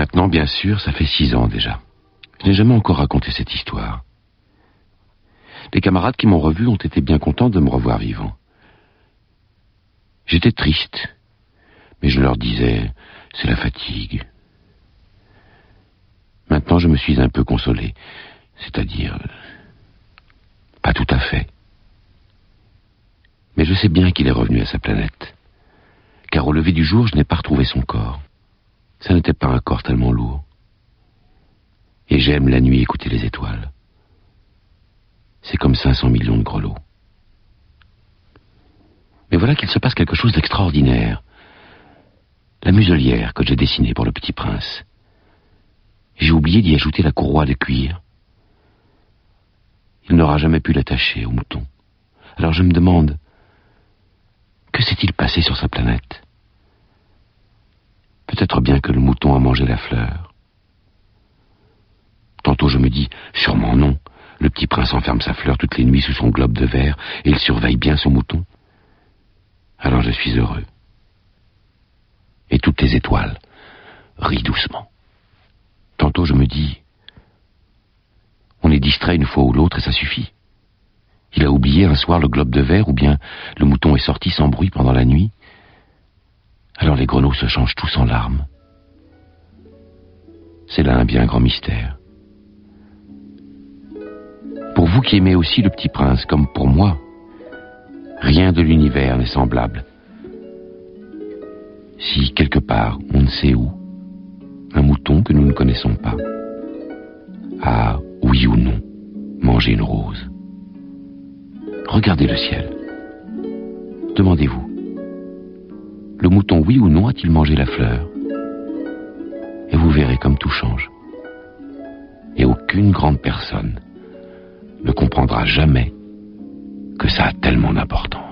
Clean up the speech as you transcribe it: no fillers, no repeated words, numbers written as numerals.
maintenant, bien sûr, ça fait 6 ans déjà. Je n'ai jamais encore raconté cette histoire. Les camarades qui m'ont revu ont été bien contents de me revoir vivant. J'étais triste, mais je leur disais, c'est la fatigue. Maintenant, je me suis un peu consolé, c'est-à-dire, pas tout à fait. Mais je sais bien qu'il est revenu à sa planète, car au lever du jour, je n'ai pas retrouvé son corps. Ça n'était pas un corps tellement lourd. Et j'aime la nuit écouter les étoiles. C'est comme 500 millions de grelots. Mais voilà qu'il se passe quelque chose d'extraordinaire. La muselière que j'ai dessinée pour le Petit Prince. J'ai oublié d'y ajouter la courroie de cuir. Il n'aura jamais pu l'attacher au mouton. Alors je me demande, que s'est-il passé sur sa planète? Peut-être bien que le mouton a mangé la fleur. Tantôt je me dis, sûrement non. Le Petit Prince enferme sa fleur toutes les nuits sous son globe de verre et il surveille bien son mouton. Alors je suis heureux. Et toutes les étoiles rient doucement. Tantôt je me dis, on est distrait une fois ou l'autre et ça suffit. Il a oublié un soir le globe de verre ou bien le mouton est sorti sans bruit pendant la nuit. Alors les grelots se changent tous en larmes. C'est là un bien grand mystère. Pour vous qui aimez aussi le Petit Prince, comme pour moi, rien de l'univers n'est semblable. Si, quelque part, on ne sait où, un mouton que nous ne connaissons pas a, oui ou non, mangé une rose. Regardez le ciel. Demandez-vous, le mouton, oui ou non, a-t-il mangé la fleur? Et vous verrez comme tout change. Et aucune grande personne ne comprendra jamais que ça a tellement d'importance.